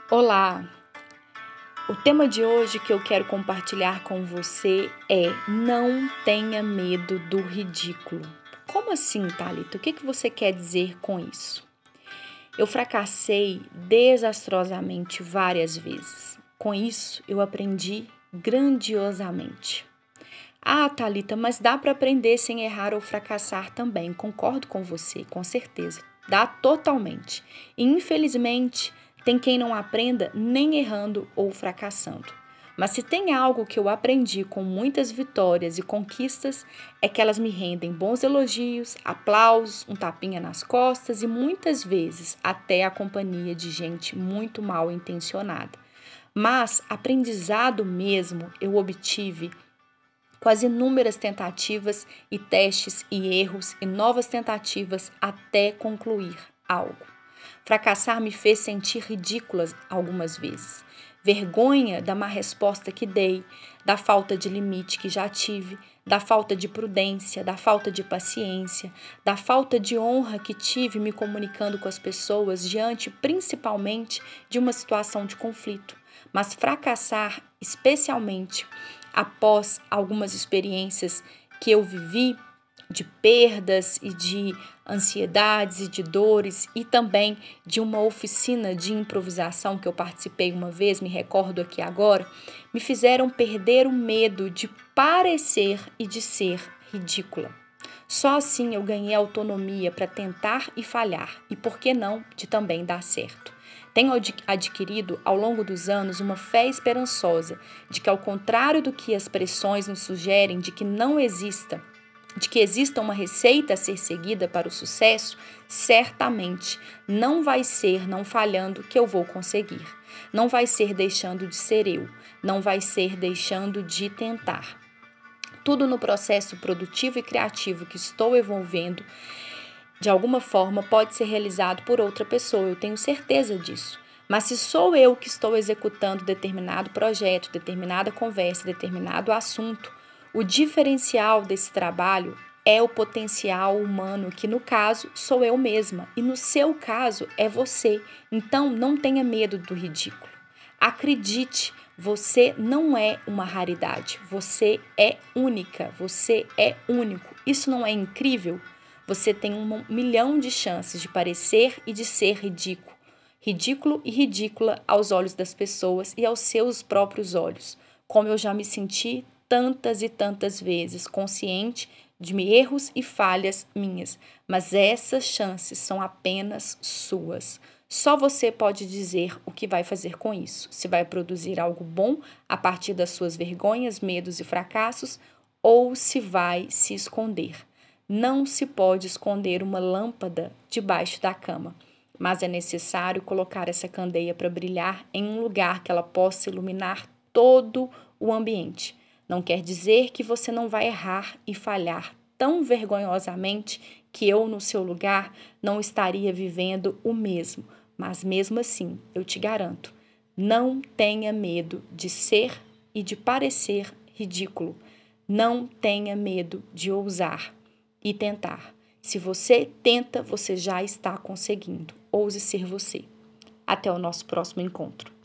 Olá! O tema de hoje que eu quero compartilhar com você é: não tenha medo do ridículo. Como assim, Thalita? O que você quer dizer com isso? Eu fracassei desastrosamente várias vezes. Com isso, eu aprendi grandiosamente. Ah, Thalita, mas dá para aprender sem errar ou fracassar também. Concordo com você, com certeza. Dá totalmente. E, infelizmente, tem quem não aprenda nem errando ou fracassando. Mas se tem algo que eu aprendi com muitas vitórias e conquistas, é que elas me rendem bons elogios, aplausos, um tapinha nas costas e muitas vezes até a companhia de gente muito mal intencionada. Mas aprendizado mesmo eu obtive com as inúmeras tentativas e testes e erros e novas tentativas até concluir algo. Fracassar me fez sentir ridícula algumas vezes. Vergonha da má resposta que dei, da falta de limite que já tive, da falta de prudência, da falta de paciência, da falta de honra que tive me comunicando com as pessoas diante principalmente de uma situação de conflito. Mas fracassar, especialmente após algumas experiências que eu vivi de perdas e de ansiedades e de dores e também de uma oficina de improvisação que eu participei uma vez, me recordo aqui agora, me fizeram perder o medo de parecer e de ser ridícula. Só assim eu ganhei autonomia para tentar e falhar e, por que não, de também dar certo. Tenho adquirido ao longo dos anos uma fé esperançosa de que, ao contrário do que as pressões nos sugerem de que exista uma receita a ser seguida para o sucesso, certamente não vai ser não falhando que eu vou conseguir. Não vai ser deixando de ser eu, não vai ser deixando de tentar. Tudo no processo produtivo e criativo que estou envolvendo, de alguma forma, pode ser realizado por outra pessoa, eu tenho certeza disso. Mas se sou eu que estou executando determinado projeto, determinada conversa, determinado assunto, o diferencial desse trabalho é o potencial humano, que no caso sou eu mesma e no seu caso é você. Então não tenha medo do ridículo. Acredite, você não é uma raridade, você é única, você é único. Isso não é incrível? Você tem 1 milhão de chances de parecer e de ser ridículo. Ridículo e ridícula aos olhos das pessoas e aos seus próprios olhos. Como eu já me senti tantas e tantas vezes, consciente de erros e falhas minhas. Mas essas chances são apenas suas. Só você pode dizer o que vai fazer com isso. Se vai produzir algo bom a partir das suas vergonhas, medos e fracassos, ou se vai se esconder. Não se pode esconder uma lâmpada debaixo da cama, mas é necessário colocar essa candeia para brilhar em um lugar que ela possa iluminar todo o ambiente. Não quer dizer que você não vai errar e falhar tão vergonhosamente que eu, no seu lugar, não estaria vivendo o mesmo. Mas mesmo assim, eu te garanto, não tenha medo de ser e de parecer ridículo. Não tenha medo de ousar e tentar. Se você tenta, você já está conseguindo. Ouse ser você. Até o nosso próximo encontro.